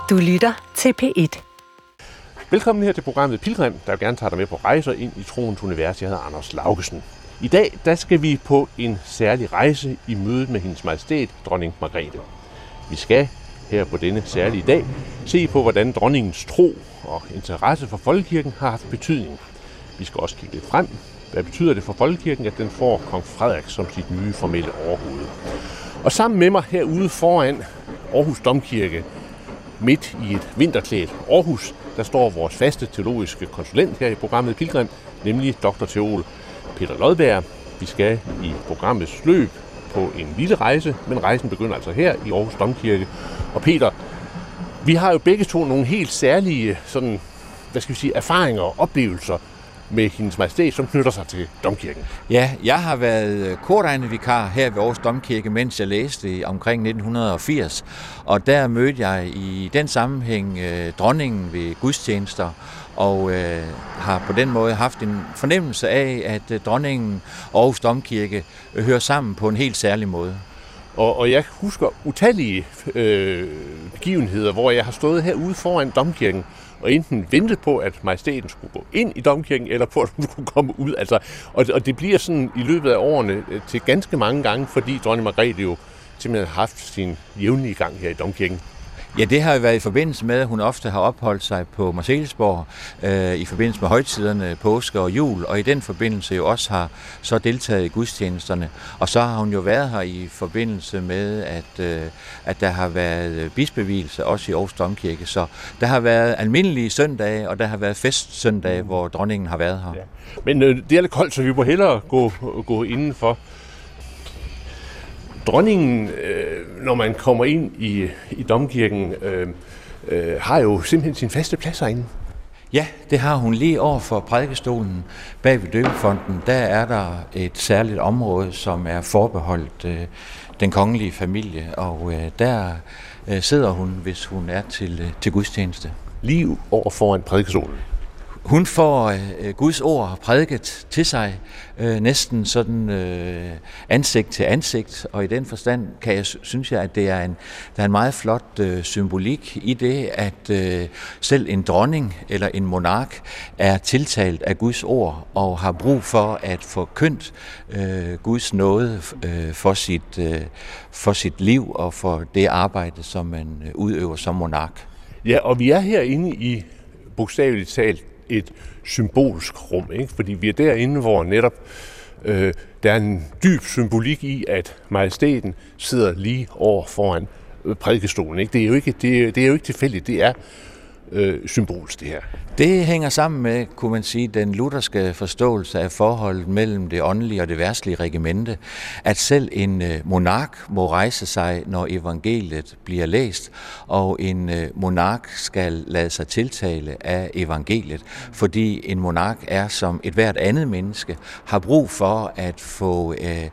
Du lytter til P1. Velkommen her til programmet Pilgrim, der gerne tager dig med på rejser ind i troens univers. Jeg hedder Anders Laugesen. I dag der skal vi på en særlig rejse i mødet med hendes majestæt, dronning Margrethe. Vi skal her på denne særlige dag se på, hvordan dronningens tro og interesse for folkekirken har haft betydning. Vi skal også kigge lidt frem. Hvad betyder det for folkekirken, at den får kong Frederik som sit nye formelle overhoved? Og sammen med mig herude foran Aarhus Domkirke, midt i et vinterklædt Aarhus, der står vores faste teologiske konsulent her i programmet Pilgrim, nemlig dr. teol Peter Lodberg. Vi skal i programmets løb på en lille rejse, men rejsen begynder altså her i Aarhus Domkirke. Og Peter, vi har jo begge to nogle helt særlige sådan, erfaringer og oplevelser med hendes majestæt, som knytter sig til Domkirken. Ja, jeg har været kordegnevikar her ved Aarhus Domkirke, mens jeg læste omkring 1980. Og der mødte jeg i den sammenhæng dronningen ved gudstjenester, og har på den måde haft en fornemmelse af, at dronningen og Aarhus Domkirke hører sammen på en helt særlig måde. Og jeg husker utallige begivenheder, hvor jeg har stået herude foran Domkirken, og enten ventet på, at majestæten skulle gå ind i Domkirken, eller på, at hun skulle komme ud. Altså, og det bliver sådan i løbet af årene til ganske mange gange, fordi dronning Margrethe jo simpelthen har haft sin jævnlige gang her i Domkirken. Ja, det har jo været i forbindelse med, at hun ofte har opholdt sig på Marselisborg i forbindelse med højtiderne, påske og jul, og i den forbindelse jo også har så deltaget i gudstjenesterne. Og så har hun jo været her i forbindelse med, at der har været bispevielse også i Aarhus Domkirke. Så der har været almindelige søndage, og der har været festsøndage, hvor dronningen har været her. Ja. Men det er lidt koldt, så vi må hellere gå indenfor. Dronningen, når man kommer ind i Domkirken, har jo simpelthen sin faste plads herinde. Ja, det har hun lige over for prædikestolen bag ved døbefonten. Der er der et særligt område, som er forbeholdt den kongelige familie, og der sidder hun, hvis hun er til gudstjeneste. Lige over foran prædikestolen. Hun får Guds ord prædiket til sig, næsten sådan ansigt til ansigt, og i den forstand synes jeg, at der er en meget flot symbolik i det, at selv en dronning eller en monark er tiltalt af Guds ord og har brug for at forkynde Guds nåde for sit liv og for det arbejde, som man udøver som monark. Ja, og vi er herinde i bogstaveligt talt et symbolsk rum, ikke? Fordi vi er derinde, hvor netop der er en dyb symbolik i, at majestæten sidder lige over foran prædikestolen. Ikke? Det er jo ikke tilfældigt, det er symbolsk det her. Det hænger sammen med, kunne man sige, den lutherske forståelse af forholdet mellem det åndelige og det verdslige regimente, at selv en monark må rejse sig, når evangeliet bliver læst, og en monark skal lade sig tiltale af evangeliet, fordi en monark er som et hvert andet menneske, har brug for at få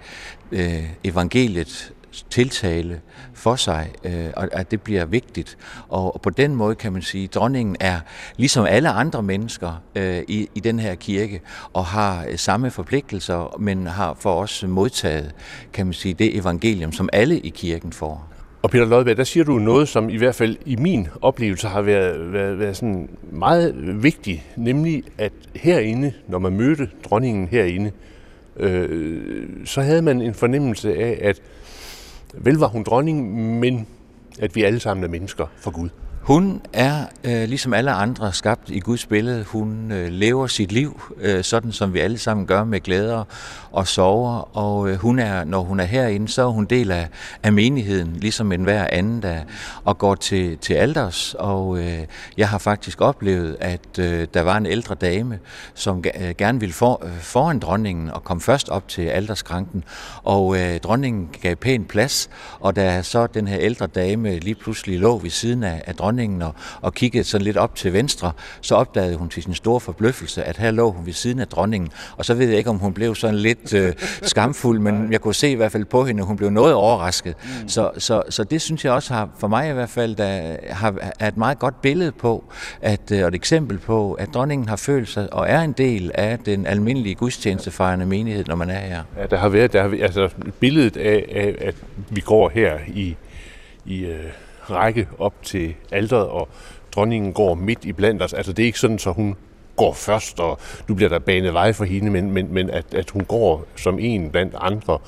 evangeliet tiltale for sig, og at det bliver vigtigt. Og på den måde kan man sige, at dronningen er ligesom alle andre mennesker i den her kirke, og har samme forpligtelser, men har for os modtaget, kan man sige, det evangelium, som alle i kirken får. Og Peter Lodberg, der siger du noget, som i hvert fald i min oplevelse har været sådan meget vigtigt, nemlig at herinde, når man mødte dronningen herinde, så havde man en fornemmelse af, at vel var hun dronning, men at vi alle sammen er mennesker for Gud. Hun er, ligesom alle andre, skabt i Guds billede. Hun lever sit liv, sådan som vi alle sammen gør, med glæder og sorger. Og når hun er herinde, så er hun del af menigheden, ligesom enhver anden, og går til alters. Og jeg har faktisk oplevet, at der var en ældre dame, som gerne ville foran dronningen og kom først op til alterskranken. Og dronningen gav pæn plads, og da så den her ældre dame lige pludselig lå ved siden af dronningen, og kiggede sådan lidt op til venstre, så opdagede hun til sin store forbløffelse, at her lå hun ved siden af dronningen. Og så ved jeg ikke, om hun blev sådan lidt skamfuld, men jeg kunne se i hvert fald på hende, at hun blev noget overrasket. Så det synes jeg også har, for mig i hvert fald, er et meget godt billede på, og et eksempel på, at dronningen har følt sig og er en del af den almindelige gudstjenestefejrende menighed, når man er her. Ja, der har været billedet af, at vi går her i række op til alteret, og dronningen går midt i blandt os. Altså det er ikke sådan, så hun går først, og nu bliver der banet vej for hende, men at hun går som en blandt andre.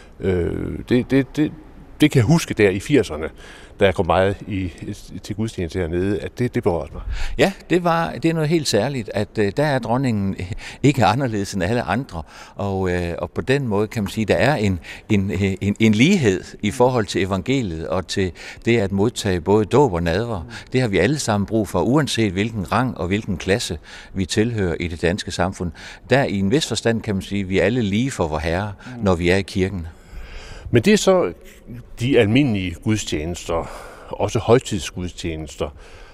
Det kan jeg huske der i 80'erne, da jeg kom meget til gudstjeneste hernede, at det berørte mig. Ja, det er noget helt særligt, at der er dronningen ikke anderledes end alle andre, og på den måde kan man sige, at der er en lighed i forhold til evangeliet og til det at modtage både dåb og nadver. Det har vi alle sammen brug for, uanset hvilken rang og hvilken klasse vi tilhører i det danske samfund. Der i en vis forstand kan man sige, at vi er alle lige for vor Herre, når vi er i kirken. Men det er så de almindelige gudstjenester, også højtidsgudstjenester.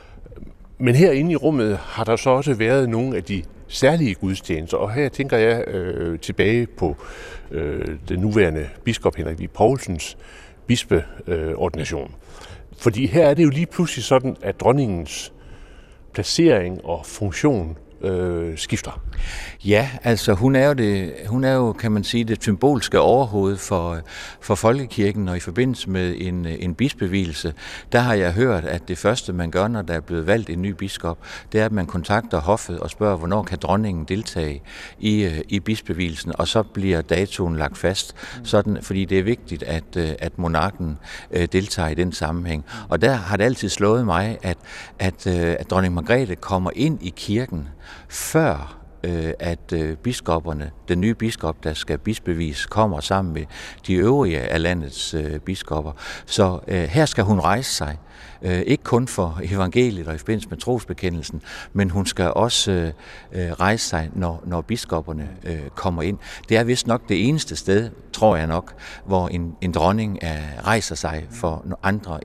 Men herinde i rummet har der så også været nogle af de særlige gudstjenester, og her tænker jeg tilbage på den nuværende biskop Henrik V. Poulsens bispeordination. Fordi her er det jo lige pludselig sådan, at dronningens placering og funktion skifter. Ja, altså hun er jo, kan man sige, det symbolske overhoved for folkekirken, og i forbindelse med en bispevielse, der har jeg hørt, at det første, man gør, når der er blevet valgt en ny biskop, det er, at man kontakter hoffet og spørger, hvornår kan dronningen deltage i bispevielsen, og så bliver datoen lagt fast, sådan, fordi det er vigtigt, at monarken deltager i den sammenhæng. Og der har det altid slået mig, at dronning Margrethe kommer ind i kirken før at biskopperne, den nye biskop, der skal bispevis, kommer sammen med de øvrige af landets biskopper. Så her skal hun rejse sig. Ikke kun for evangeliet og i forbindelse med trosbekendelsen, men hun skal også rejse sig, når biskopperne kommer ind. Det er vist nok det eneste sted, tror jeg nok, hvor en dronning rejser sig for andre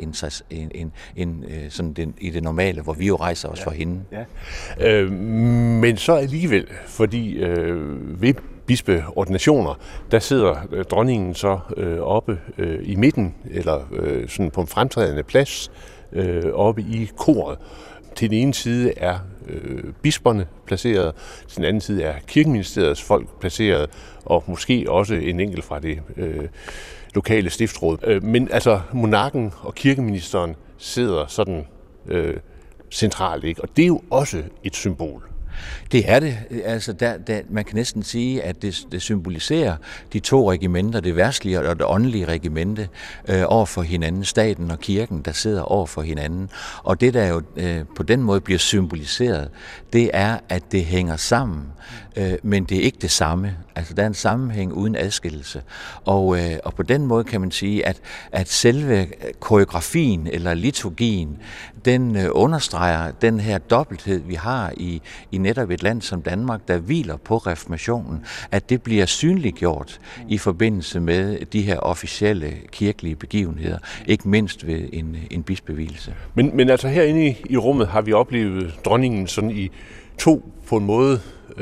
end sådan i det normale, hvor vi jo rejser os for hende. Ja. Men så alligevel, fordi ved bispeordinationer, der sidder dronningen så oppe i midten, eller sådan på en fremtrædende plads, oppe i koret. Til den ene side er bisperne placeret, til den anden side er kirkeministeriets folk placeret, og måske også en enkelt fra det lokale stiftsråd. Men altså monarken og kirkeministeren sidder sådan centralt, ikke? Og det er jo også et symbol. Det er det. Altså, man kan næsten sige, at det symboliserer de to regimenter, det verdslige og det åndelige regimente, over for hinanden, staten og kirken, der sidder over for hinanden. Og det, der jo på den måde bliver symboliseret, det er, at det hænger sammen, men det er ikke det samme. Altså, der er en sammenhæng uden adskillelse. Og på den måde kan man sige, at selve koreografien eller liturgien, den understreger den her dobbelthed, vi har i netop et land som Danmark, der hviler på reformationen, at det bliver synliggjort i forbindelse med de her officielle kirkelige begivenheder, ikke mindst ved en bispevielse. Men altså herinde i rummet har vi oplevet dronningen sådan i to på en måde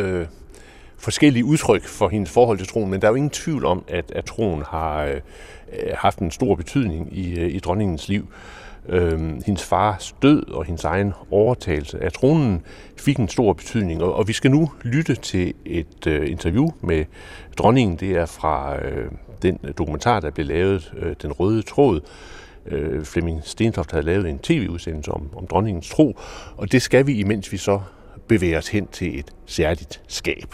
forskellige udtryk for hendes forhold til troen, men der er jo ingen tvivl om, at troen har haft en stor betydning i dronningens liv. Hendes fars død og hendes egen overtagelse af tronen fik en stor betydning, og vi skal nu lytte til et interview med dronningen. Det er fra den dokumentar, der blev lavet, Den Røde Tråd. Flemming Stentoft havde lavet en tv-udsendelse om dronningens tro, og det skal vi, imens vi så bevæger os hen til et særligt skab.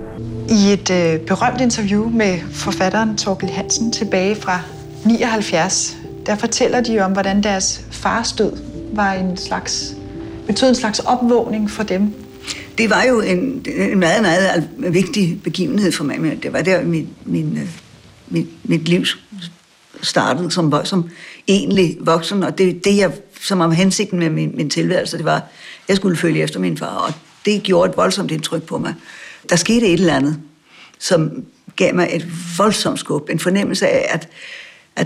I et berømt interview med forfatteren Thorkild Hansen tilbage fra 79, der fortæller de om, hvordan deres fars død var betød en slags opvågning for dem. Det var jo en meget, meget vigtig begivenhed for mig. Det var der, mit liv startede som egentlig voksen, og det jeg, som var hensigten med min tilværelse, det var, at jeg skulle følge efter min far, og det gjorde et voldsomt indtryk på mig. Der skete et eller andet, som gav mig et voldsomt skub, en fornemmelse af, at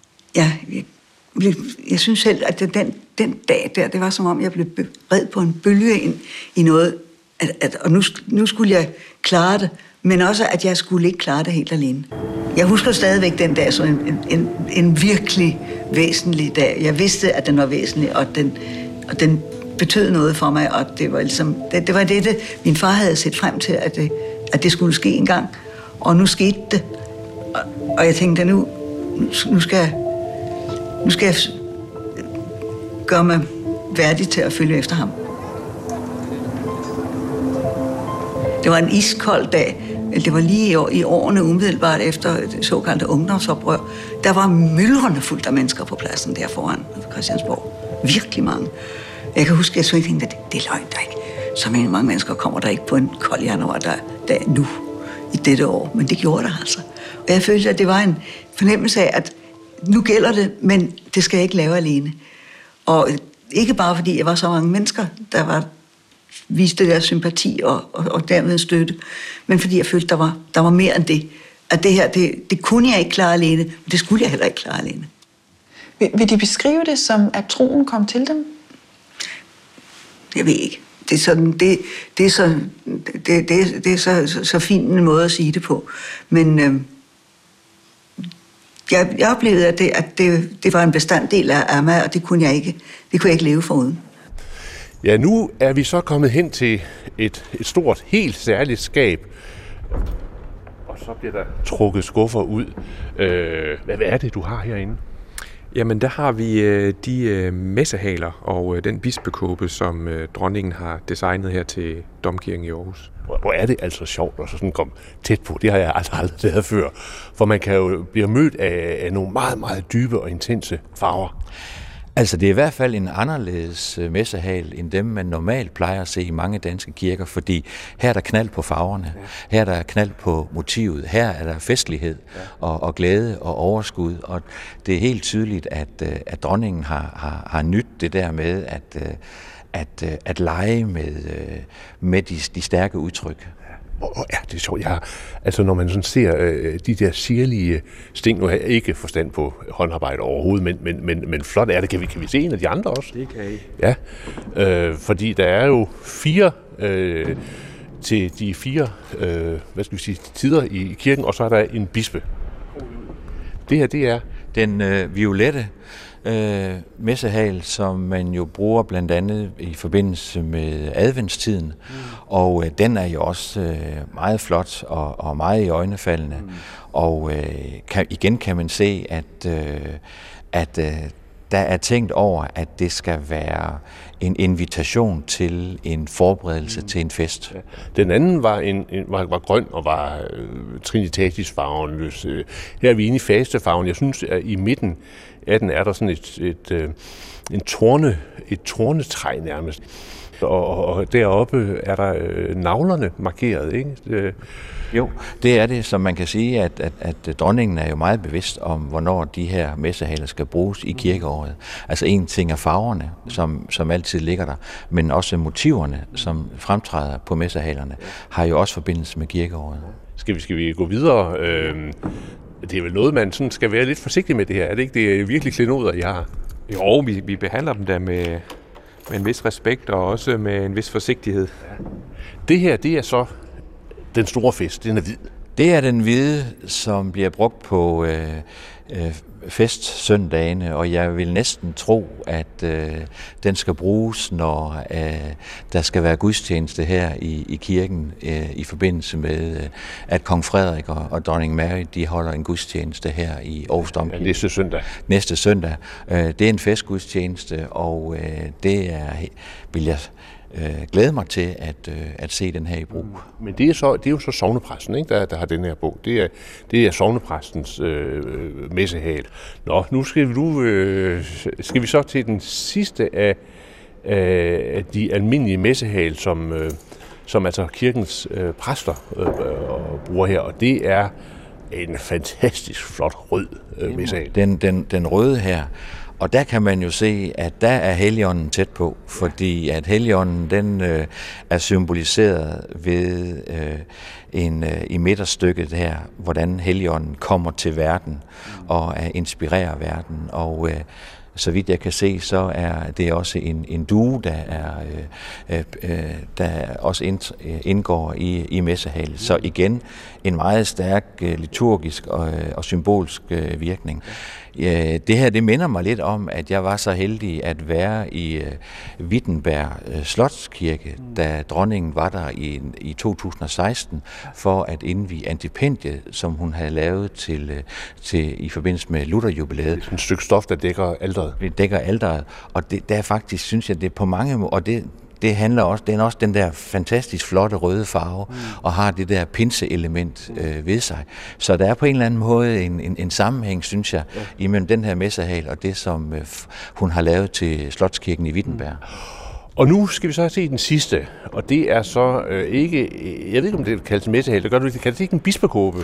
jeg synes selv, at den dag der, det var som om, jeg blev red på en bølge ind i noget, og nu skulle jeg klare det, men også, at jeg skulle ikke klare det helt alene. Jeg husker stadigvæk den dag som en virkelig væsentlig dag. Jeg vidste, at den var væsentlig, og den betød noget for mig, og det var ligesom, det var det, min far havde set frem til, at det skulle ske en gang, og nu skete det. Og jeg tænkte, nu skal jeg gør mig værdig til at følge efter ham. Det var en iskold dag. Det var lige i årene umiddelbart efter det såkaldte ungdomsoprør. Der var myldrende fuldt af mennesker på pladsen der foran Christiansborg. Virkelig mange. Jeg kan huske, at jeg tænkte, at det er løgn, der ikke. Så mange mennesker kommer der ikke på en kold januardag nu, i dette år. Men det gjorde der altså. Og jeg følte, at det var en fornemmelse af, at nu gælder det, men det skal jeg ikke lave alene. Og ikke bare fordi jeg var så mange mennesker, der viste deres sympati og dermed støtte, men fordi jeg følte, der var mere end det. At det her, det kunne jeg ikke klare alene, men det skulle jeg heller ikke klare alene. Vil de beskrive det som, at troen kom til dem? Jeg ved ikke. Det er sådan, det er så fin en måde at sige det på. Men jeg oplevede, at det var en bestanddel af mig, og det kunne jeg ikke leve foruden. Ja, nu er vi så kommet hen til et stort, helt særligt skab. Og så bliver der trukket skuffer ud. Hvad er det, du har herinde? Jamen, der har vi de messehaler og den bispekåbe, som dronningen har designet her til Domkirken i Aarhus. Hvor er det altså sjovt at sådan komme tæt på. Det har jeg aldrig været før. For man kan jo blive mødt af nogle meget, meget dybe og intense farver. Altså, det er i hvert fald en anderledes messehal, end dem, man normalt plejer at se i mange danske kirker, fordi her er der knald på farverne, her er der knald på motivet, her er der festlighed og glæde og overskud, og det er helt tydeligt, at dronningen har nydt det der med at lege med de stærke udtryk. Hvor er det sjovt. Altså når man sådan ser de der sirlige sting, nu har jeg ikke forstand på håndarbejde overhovedet, men flot er det. Kan vi se en af de andre også? Det kan I. Ja, fordi der er jo 4 til de 4 tider i kirken, og så er der en bispe. Det her, det er den violette messehal, som man jo bruger blandt andet i forbindelse med adventstiden, og den er jo også meget flot og meget iøjnefaldende, og igen kan man se, at der er tænkt over, at det skal være en invitation til en forberedelse til en fest. Ja. Den anden var grøn og var trinitatisfarven. Her er vi inde i fastefarven. Jeg synes, at i midten af den er der sådan et tornetræ nærmest. Og deroppe er der navlerne markeret, ikke? Jo, det er det, som man kan sige, at dronningen er jo meget bevidst om, hvornår de her messehaler skal bruges i kirkeåret. Altså en ting er farverne, som altid ligger der, men også motiverne, som fremtræder på messehalerne, har jo også forbindelse med kirkeåret. Skal vi gå videre? Det er vel noget, man sådan skal være lidt forsigtig med det her, er det ikke? Det er virkelig klenoder, jeg har. Jo, vi behandler dem da med en vis respekt og også med en vis forsigtighed. Ja. Det her, det er så den store fest, den er hvid. Det er den hvide, som bliver brugt på festsøndagene, og jeg vil næsten tro, at den skal bruges, når der skal være gudstjeneste her i kirken i forbindelse med, at kong Frederik og dronning Mary, de holder en gudstjeneste her i Aarhus Domkirke. Ja, næste søndag. Næste søndag. Det er en festgudstjeneste, og det vil jeg glæde mig til at se den her i brug. Men det er jo så sognepræsten, ikke, der har den her bog. Det er sognepræstens messehal. Nå, nu skal vi så til den sidste af de almindelige messehal, som altså kirkens præster bruger her, og det er en fantastisk flot rød messehal. Den røde her. Og der kan man jo se, at der er Helligånden tæt på, fordi at Helligånden, den er symboliseret ved i midterstykket her, hvordan Helligånden kommer til verden og inspirerer verden. Og så vidt jeg kan se, så er det også en due, der også indgår i messehalet. Så igen en meget stærk liturgisk og symbolsk virkning. Ja, det her, det minder mig lidt om, at jeg var så heldig at være i Wittenberg Slotskirke, da dronningen var der i 2016 for at indvie antipendiet, som hun havde lavet til i forbindelse med Lutherjubilæet. Det er et stykke stof, der dækker alteret. Det dækker alteret, og det, der faktisk, synes jeg, det på mange måder, og det handler også, den også den der fantastisk flotte røde farve, og har det der pinseelement ved sig. Så der er på en eller anden måde en sammenhæng, synes jeg, imellem den her messehal og det, som hun har lavet til Slotskirken i Wittenberg. Og nu skal vi så se den sidste, og det er så ikke, jeg ved ikke, om det kaldes messehal, det gør du ikke, det kaldes ikke en bispekåbe.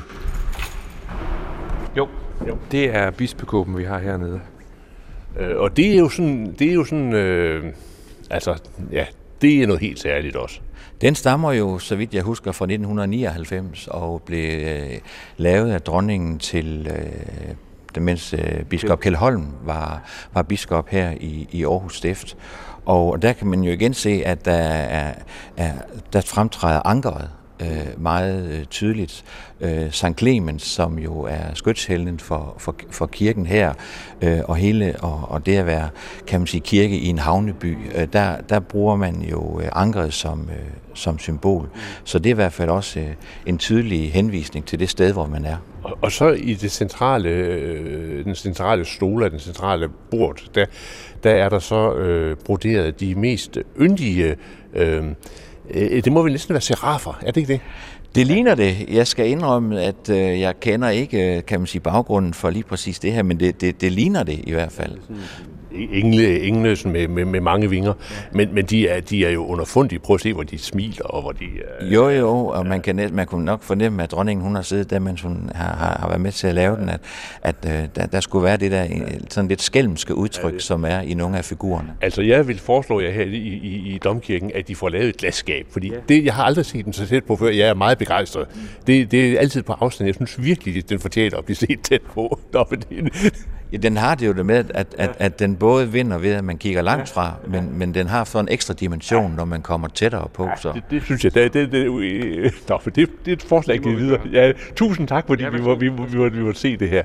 Jo, det er bispekåben, vi har hernede. Og det er jo sådan, altså, ja, det er noget helt særligt også. Den stammer jo, så vidt jeg husker, fra 1999 og blev lavet af dronningen til, mens biskop Kjeld Holm var biskop her i Aarhus Stift. Og der kan man jo igen se, at der fremtræder ankeret meget tydeligt. Sankt Clemens, som jo er skytshelgen for kirken her, og det at være, kan man sige, kirke i en havneby, der bruger man jo ankeret som symbol. Så det er i hvert fald også en tydelig henvisning til det sted, hvor man er. Og så i den centrale stole, den centrale bord, der er der så broderet de mest yndige, det må vel næsten være serafer, er det ikke det? Det ligner det. Jeg skal indrømme, at jeg kender ikke, kan man sige, baggrunden for lige præcis det her, men det ligner det i hvert fald. Engle med mange vinger, men de er jo underfundige. Prøv at se, hvor de smiler, og hvor de... Jo, og man kunne nok fornemme, at dronningen, hun har siddet der, mens hun har været med til at lave den, at der skulle være det der sådan lidt skælmske udtryk, som er i nogle af figurerne. Altså, jeg vil foreslå jer her i Domkirken, at de får lavet et glasskab, fordi jeg har aldrig set den så tæt på før. Jeg er meget begejstret. Det er altid på afstand. Jeg synes virkelig, at den fortjener at blive set tæt på. Ja, den har det jo det med, at den både vinder ved, at man kigger langt fra, men den har så en ekstra dimension, når man kommer tættere på. Så. Det synes jeg, det er et forslag givet videre. Ja, tusind tak, fordi vi måtte se det her.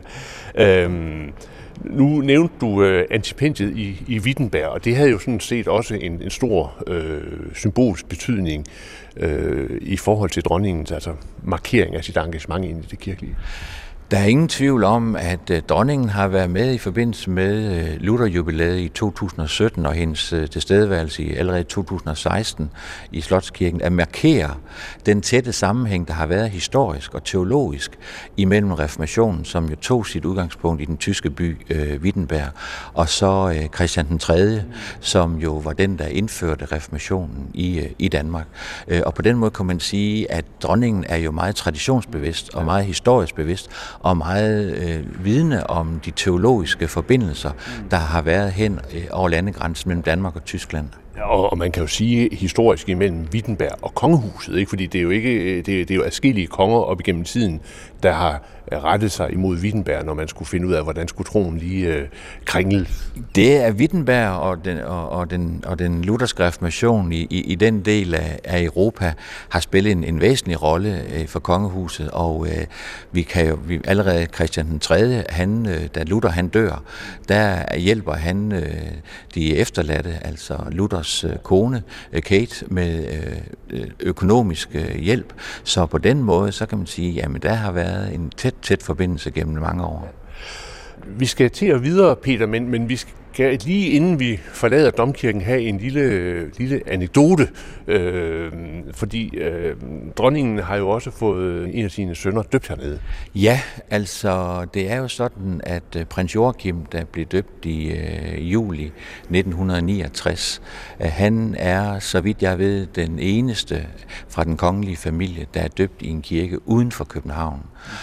Nu nævnte du antipendiet i Wittenberg, og det havde jo sådan set også en stor symbolsk betydning i forhold til dronningens markering af sit engagement ind i det kirkelige. Der er ingen tvivl om, at dronningen har været med i forbindelse med Lutherjubilæet i 2017 og hendes tilstedeværelse allerede i 2016 i Slotskirken at markere den tætte sammenhæng, der har været historisk og teologisk imellem reformationen, som jo tog sit udgangspunkt i den tyske by Wittenberg, og så Christian den 3., som jo var den, der indførte reformationen i Danmark. Og på den måde kan man sige, at dronningen er jo meget traditionsbevidst og meget historisk bevidst, og meget vidne om de teologiske forbindelser, der har været hen over landegrænsen mellem Danmark og Tyskland. Og man kan jo sige historisk imellem Wittenberg og kongehuset, ikke? Fordi det er jo ikke det er jo adskillige konger op igennem tiden, der har rettet sig imod Wittenberg, når man skulle finde ud af, hvordan skulle troen lige kringle. Det er Wittenberg og den lutherske reformation i den del af Europa har spillet en væsentlig rolle for kongehuset, og vi allerede Christian den 3., da Luther han dør, der hjælper han de efterladte, altså Luthers kone Kate, med økonomisk hjælp. Så på den måde, så kan man sige, jamen der har været en tæt forbindelse gennem mange år. Vi skal til at videre, Peter, men vi skal lige inden vi forlader Domkirken have en lille anekdote, fordi dronningen har jo også fået en af sine sønner døbt hernede. Ja, altså det er jo sådan, at prins Joachim, der blev døbt i juli 1969, han er, så vidt jeg ved, den eneste fra den kongelige familie, der er døbt i en kirke uden for København.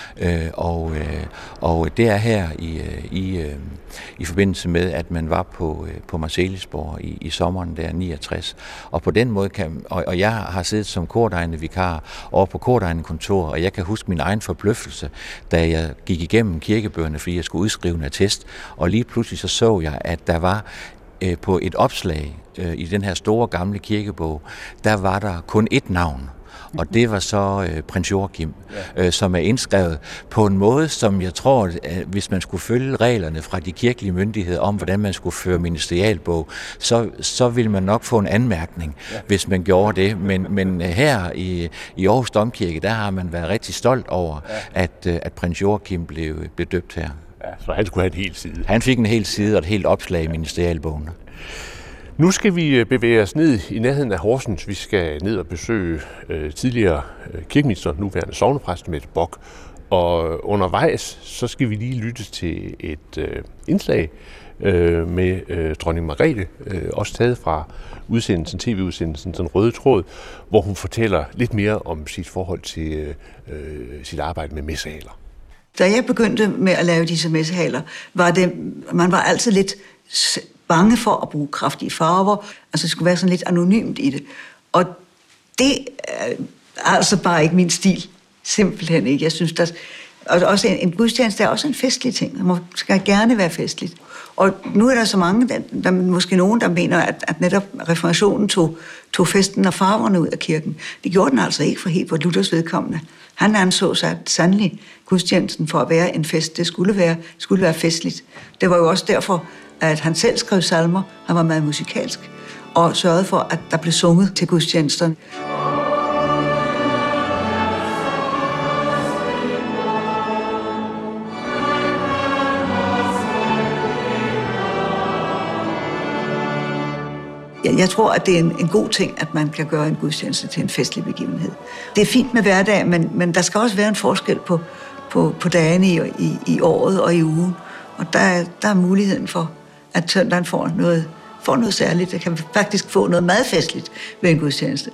Og det er her i forbindelse med, at man var på Marselisborg i sommeren der 69. Og på den måde og jeg har siddet som kordegnet vikar over på kordegnet kontor, og jeg kan huske min egen forbløffelse, da jeg gik igennem kirkebøgerne, fordi jeg skulle udskrive en attest, og lige pludselig så jeg, at der var på et opslag i den her store gamle kirkebog, der var der kun ét navn. og det var så prins Joachim, som er indskrevet på en måde, som jeg tror, at hvis man skulle følge reglerne fra de kirkelige myndigheder om, hvordan man skulle føre ministerialbog, så ville man nok få en anmærkning, hvis man gjorde det. Men her i Aarhus Domkirke, der har man været rigtig stolt over, at prins Joachim blev døbt her. Ja, så han skulle have en hel side. Han fik en hel side og et helt opslag i ministerialbogen. Nu skal vi bevæge os ned i nærheden af Horsens. Vi skal ned og besøge tidligere kirkeminister, nuværende sognepræst Mette Bock. Og undervejs, så skal vi lige lytte til et indslag med dronning Margrethe, også taget fra udsendelsen, tv-udsendelsen, Den Røde Tråd, hvor hun fortæller lidt mere om sit forhold til sit arbejde med messehaler. Da jeg begyndte med at lave disse messehaler, man var altid lidt bange for at bruge kraftige farver, altså det skulle være sådan lidt anonymt i det. Og det er altså bare ikke min stil. Simpelthen ikke. Jeg synes, og også en gudstjeneste er også en festlig ting. Det skal gerne være festligt. Og nu er der så mange, der måske nogen, der mener, at netop reformationen tog festen og farverne ud af kirken. Det gjorde den altså ikke for helt Luthers vedkommende. Han anså sig sandelig gudstjenesten for at være en fest. Det skulle være festligt. Det var jo også derfor, at han selv skrev salmer. Han var meget musikalsk og sørgede for, at der blev sunget til gudstjenesterne. Jeg tror, at det er en god ting, at man kan gøre en gudstjeneste til en festlig begivenhed. Det er fint med hverdag, men der skal også være en forskel på dagene i året og i ugen. Og der er muligheden for, at søndagen får noget særligt. Der kan faktisk få noget meget festligt ved en gudstjeneste.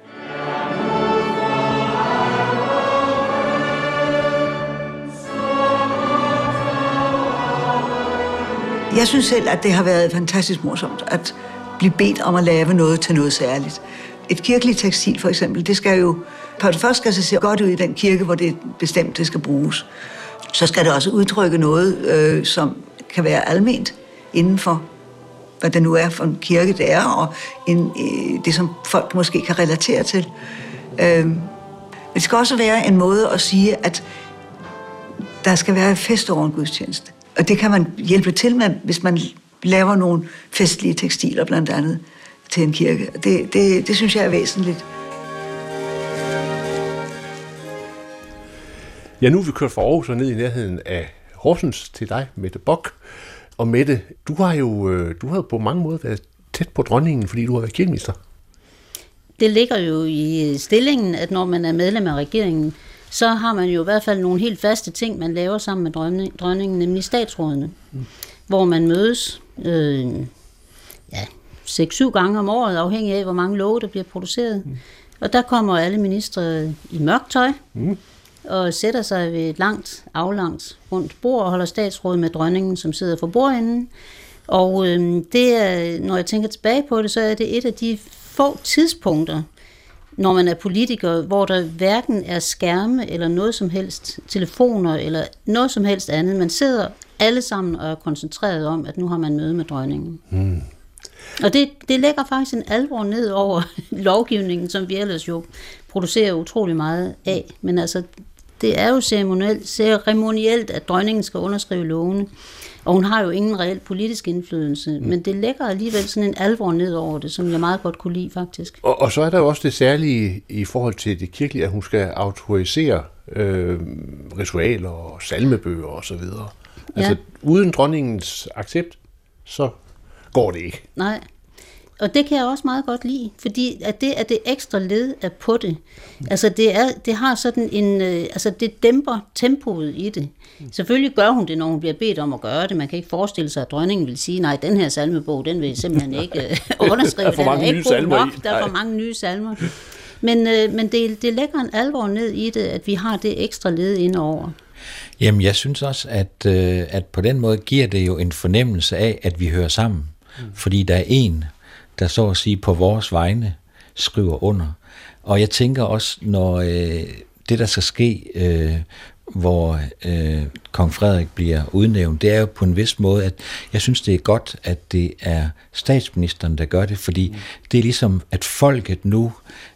Jeg synes selv, at det har været fantastisk morsomt at blive bedt om at lave noget til noget særligt. Et kirkeligt tekstil for eksempel, det skal jo på det første skal se godt ud i den kirke, hvor det er bestemt, det skal bruges. Så skal det også udtrykke noget, som kan være alment inden for, hvad det nu er for en kirke, det er, og det, som folk måske kan relatere til. Men det skal også være en måde at sige, at der skal være fest over en gudstjeneste. Og det kan man hjælpe til med, hvis man laver nogle festlige tekstiler blandt andet til en kirke. Det synes jeg er væsentligt. Ja, nu er vi kørt fra Aarhus og ned i nærheden af Horsens til dig, Mette Bock. Og Mette, du har jo på mange måder været tæt på dronningen, fordi du har været kirkeminister. Det ligger jo i stillingen, at når man er medlem af regeringen, så har man jo i hvert fald nogle helt faste ting, man laver sammen med dronningen, nemlig statsrådene, hvor man mødes 6-7 gange om året, afhængig af, hvor mange love, der bliver produceret. Og der kommer alle ministre i mørkt tøj og sætter sig ved et langt, aflangt rundt bord og holder statsråd med dronningen, som sidder for bordenden. Og det er, når jeg tænker tilbage på det, så er det et af de få tidspunkter, når man er politiker, hvor der hverken er skærme eller noget som helst, telefoner eller noget som helst andet. Man sidder alle sammen og er koncentreret om, at nu har man møde med dronningen. Og det lægger faktisk en alvor ned over lovgivningen, som vi ellers jo producerer utrolig meget af. Men altså, det er jo ceremonielt, at dronningen skal underskrive lovene. Og hun har jo ingen reel politisk indflydelse, men det lægger alligevel sådan en alvor ned over det, som jeg meget godt kunne lide, faktisk. Og så er der jo også det særlige i forhold til det kirkelige, at hun skal autorisere ritualer og salmebøger og så videre. Altså, uden dronningens accept, så går det ikke. Nej, og det kan jeg også meget godt lide, fordi at det ekstra led er på det. Altså det har sådan en, det dæmper tempoet i det. Selvfølgelig gør hun det, når hun bliver bedt om at gøre det. Man kan ikke forestille sig, at dronningen vil sige, nej, den her salmebog, den vil simpelthen ikke underskrive. Der er for mange nye salmer i. Der er for mange nye salmer. Men det lægger en alvor ned i det, at vi har det ekstra led indover. Jamen, jeg synes også, at på den måde giver det jo en fornemmelse af, at vi hører sammen. Fordi der er en, der så at sige på vores vegne skriver under. Og jeg tænker også, når det, der skal ske, hvor kong Frederik bliver udnævnt, det er jo på en vis måde, at jeg synes, det er godt, at det er statsministeren, der gør det, fordi det er ligesom, at folket nu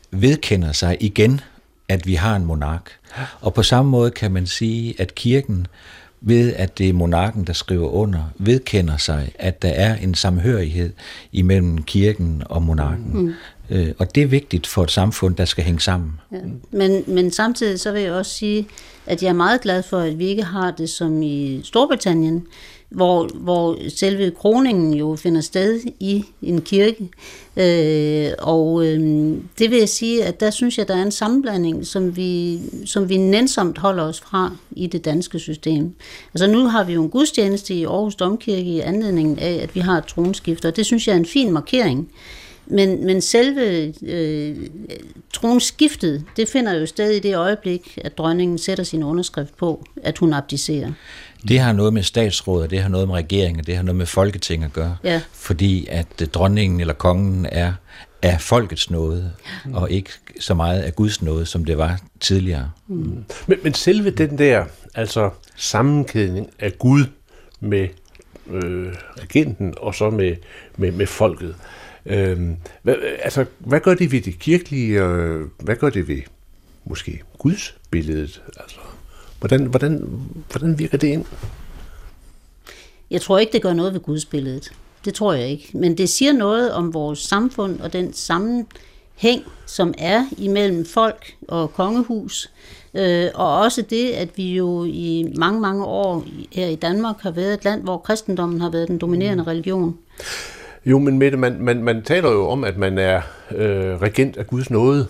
vedkender sig igen, at vi har en monark. Og på samme måde kan man sige, at kirken, ved at det er monarken, der skriver under, vedkender sig, at der er en samhørighed imellem kirken og monarken. Og det er vigtigt for et samfund, der skal hænge sammen. Ja. Men samtidig så vil jeg også sige, at jeg er meget glad for, at vi ikke har det som i Storbritannien, hvor selve kroningen jo finder sted i en kirke. Det vil jeg sige, at der synes jeg, der er en sammenblanding, som vi nænsomt holder os fra i det danske system. Altså nu har vi jo en gudstjeneste i Aarhus Domkirke i anledning af, at vi har et tronskifte, og det synes jeg er en fin markering. Men selve tronskiftet, det finder jo sted i det øjeblik, at dronningen sætter sin underskrift på, at hun abdicerer. Det har noget med statsrådet, det har noget med regeringen, det har noget med Folketing at gøre. Ja. Fordi at dronningen eller kongen er folkets nåde, og ikke så meget af Guds nåde, som det var tidligere. Men selve den der sammenkædning af Gud med regenten og så med folket, hvad gør det ved det kirkelige, hvad gør det ved måske Guds billedet? Altså, hvordan virker det ind? Jeg tror ikke, det gør noget ved Guds billedet. Det tror jeg ikke. Men det siger noget om vores samfund og den sammenhæng, som er imellem folk og kongehus. Og også det, at vi jo i mange, mange år her i Danmark har været et land, hvor kristendommen har været den dominerende religion. Jo, men Mette, man taler jo om, at man er regent af Guds nåde.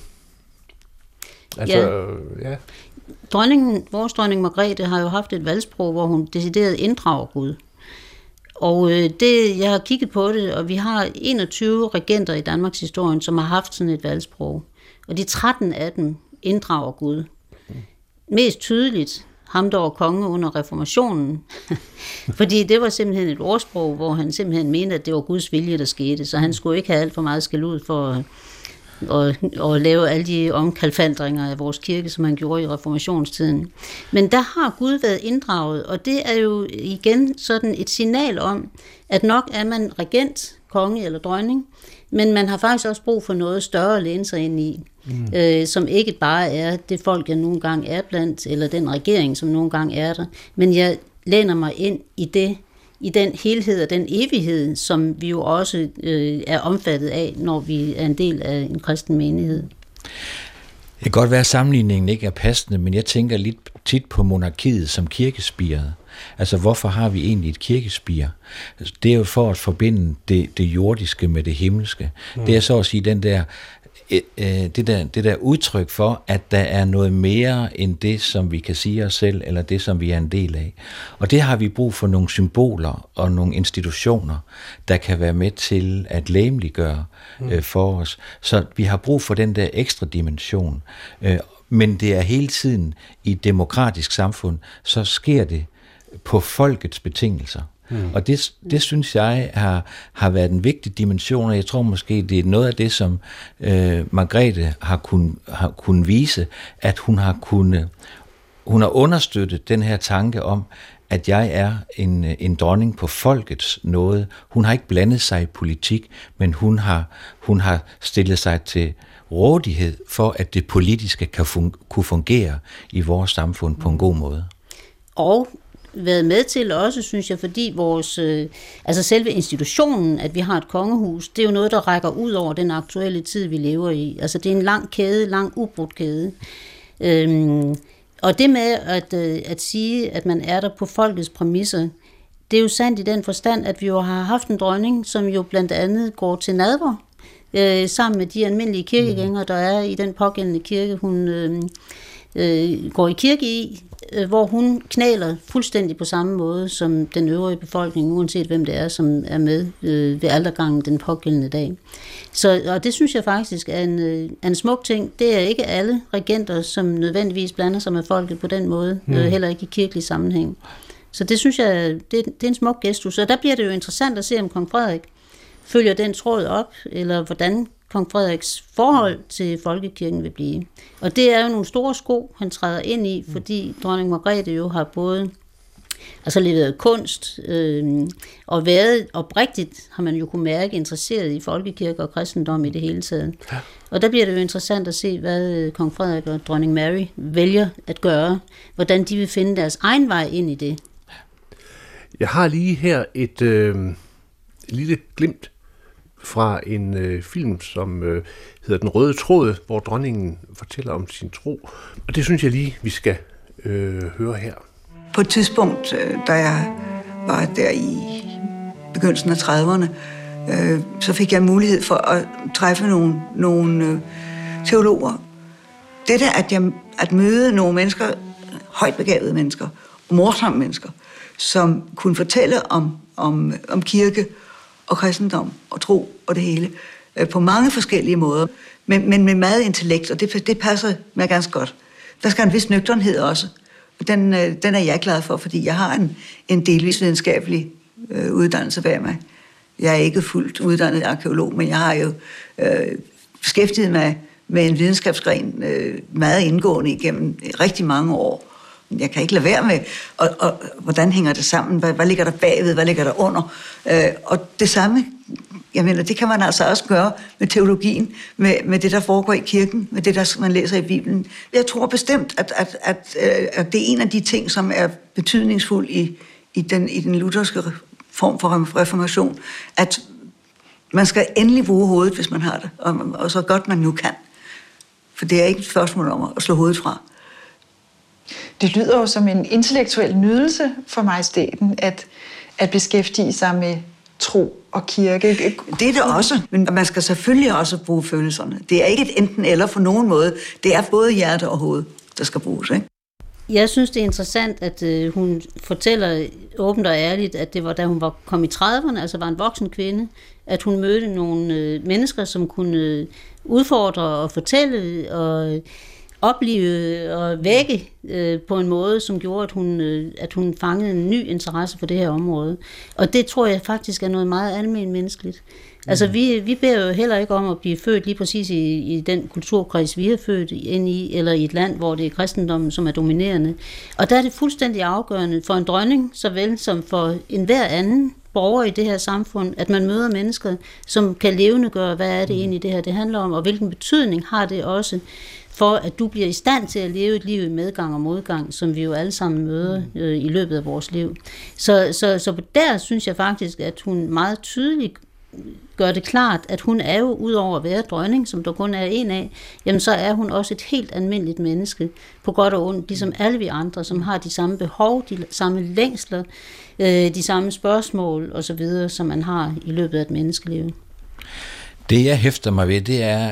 Ja. Vores dronning Margrethe har jo haft et valgsprog, hvor hun decideret inddrager Gud. Og jeg har kigget på det, og vi har 21 regenter i Danmarks historie, som har haft sådan et valgsprog. Og de 13 af dem inddrager Gud. Mest tydeligt ham, der var konge under reformationen. Fordi det var simpelthen et ordsprog, hvor han simpelthen mente, at det var Guds vilje, der skete. Så han skulle ikke have alt for meget skæld ud for at lave alle de omkalfandringer af vores kirke, som han gjorde i reformationstiden. Men der har Gud været inddraget, og det er jo igen sådan et signal om, at nok er man regent, konge eller dronning, men man har faktisk også brug for noget større at læne sig ind i, som ikke bare er det folk, jeg nogle gange er blandt, eller den regering, som nogle gange er der, men jeg læner mig ind i den helhed og den evighed, som vi jo også er omfattet af, når vi er en del af en kristen menighed. Det kan godt være, at sammenligningen ikke er passende, men jeg tænker lidt tit på monarkiet som kirkespiret. Altså, hvorfor har vi egentlig et kirkespir? Det er jo for at forbinde det jordiske med det himmelske. Det er så at sige det der udtryk for, at der er noget mere end det, som vi kan sige os selv, eller det, som vi er en del af. Og det har vi brug for nogle symboler og nogle institutioner, der kan være med til at legemliggøre for os. Så vi har brug for den der ekstra dimension. Men det er hele tiden i et demokratisk samfund, så sker det på folkets betingelser. Og det synes jeg har været en vigtig dimension, og jeg tror måske, det er noget af det, som Margrethe har kunnet vise, at hun har understøttet den her tanke om, at jeg er en dronning på folkets nåde. Hun har ikke blandet sig i politik, men hun har stillet sig til rådighed for, at det politiske kunne fungere i vores samfund på en god måde. Og været med til også, synes jeg, fordi vores, selve institutionen, at vi har et kongehus, det er jo noget, der rækker ud over den aktuelle tid, vi lever i. Altså det er en lang kæde, lang ubrudt kæde. Og det med at sige, at man er der på folkets præmisser, det er jo sandt i den forstand, at vi jo har haft en dronning, som jo blandt andet går til nadver, sammen med de almindelige kirkegængere, der er i den pågældende kirke, hun går i kirke i, hvor hun knæler fuldstændig på samme måde som den øvrige befolkning, uanset hvem det er, som er med ved altergangen den pågældende dag. Og det synes jeg faktisk er en smuk ting. Det er ikke alle regenter, som nødvendigvis blander sig med folket på den måde, heller ikke i kirkelig sammenhæng. Så det synes jeg, det er en smuk gestus. Og der bliver det jo interessant at se, om kong Frederik følger den tråd op, eller hvordan kong Frederiks forhold til folkekirken vil blive. Og det er jo nogle store sko, han træder ind i, fordi dronning Margrethe jo har både altså leveret kunst, og været oprigtigt, har man jo kunne mærke, interesseret i folkekirke og kristendom i det hele taget. Ja. Og der bliver det jo interessant at se, hvad kong Frederik og dronning Mary vælger at gøre, hvordan de vil finde deres egen vej ind i det. Jeg har lige her et lille glimt fra en film, som hedder Den Røde Tråd, hvor dronningen fortæller om sin tro. Og det synes jeg lige, vi skal høre her. På et tidspunkt, da jeg var der i begyndelsen af 30'erne, så fik jeg mulighed for at træffe nogle teologer. Det der, at møde nogle mennesker, højt begavede mennesker, morsomme mennesker, som kunne fortælle om kirke og kristendom og tro og det hele, på mange forskellige måder, men med meget intellekt, og det passer mig ganske godt. Der skal en vis nøgternhed også. Den er jeg glad for, fordi jeg har en delvis videnskabelig uddannelse bag mig. Jeg er ikke fuldt uddannet arkeolog, men jeg har jo beskæftiget mig med en videnskabsgren meget indgående igennem rigtig mange år. Jeg kan ikke lade være med, og hvordan hænger det sammen? Hvad ligger der bagved? Hvad ligger der under? Og det samme, jeg mener, det kan man altså også gøre med teologien, med det, der foregår i kirken, med det, der man læser i Bibelen. Jeg tror bestemt, at det er en af de ting, som er betydningsfuld i den lutherske form for reformation, at man skal endelig bruge hovedet, hvis man har det, og så godt man nu kan. For det er ikke et spørgsmål om at slå hovedet fra. Det lyder jo som en intellektuel nydelse for majestæten, at beskæftige sig med tro og kirke. Det er det også, men man skal selvfølgelig også bruge følelserne. Det er ikke et enten eller på nogen måde. Det er både hjerte og hoved, der skal bruges, ikke? Jeg synes, det er interessant, at hun fortæller åbent og ærligt, at det var, da hun kom i 30'erne, altså var en voksen kvinde, at hun mødte nogle mennesker, som kunne udfordre og fortælle og opleve og vække på en måde, som gjorde, at hun fangede en ny interesse for det her område. Og det tror jeg faktisk er noget meget almen menneskeligt. Altså vi beder jo heller ikke om at blive født lige præcis i den kulturkreds, vi er født ind i, eller i et land, hvor det er kristendommen, som er dominerende. Og der er det fuldstændig afgørende for en dronning, såvel som for enhver anden borger i det her samfund, at man møder mennesker, som kan levendegøre, hvad er det egentlig det her det handler om, og hvilken betydning har det også for, at du bliver i stand til at leve et liv i medgang og modgang, som vi jo alle sammen møder i løbet af vores liv. Så der synes jeg faktisk, at hun meget tydeligt gør det klart, at hun er jo, udover at være dronning, som der kun er en af, jamen så er hun også et helt almindeligt menneske, på godt og ondt, ligesom alle vi andre, som har de samme behov, de samme længsler, de samme spørgsmål osv., som man har i løbet af et menneskeliv. Det jeg hæfter mig ved, det er,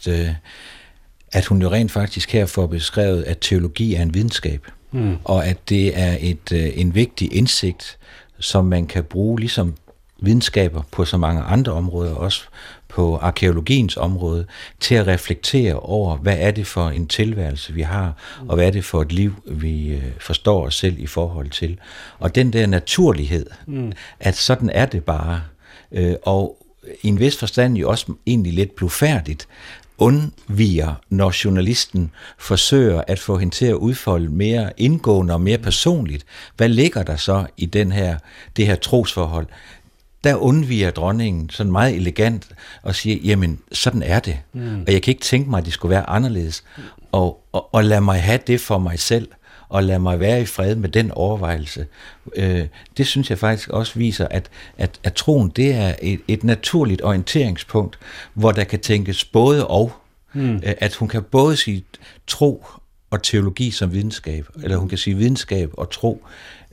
at hun jo rent faktisk her får beskrevet, at teologi er en videnskab, og at det er en vigtig indsigt, som man kan bruge ligesom videnskaber på så mange andre områder, også på arkæologiens område, til at reflektere over, hvad er det for en tilværelse, vi har, og hvad er det for et liv, vi forstår os selv i forhold til. Og den der naturlighed, at sådan er det bare, og i en vis forstand jo også egentlig lidt blufærdigt, undviger, når journalisten forsøger at få hende til at udfolde mere indgående og mere personligt. Hvad ligger der så i det her trosforhold? Der undviger dronningen sådan meget elegant og siger, jamen, sådan er det. Og jeg kan ikke tænke mig, at det skulle være anderledes. Og lad mig have det for mig selv, og lad mig være i fred med den overvejelse. Det synes jeg faktisk også viser, at troen, det er et naturligt orienteringspunkt, hvor der kan tænkes både og. At hun kan både sige tro og teologi som videnskab, eller hun kan sige videnskab og tro.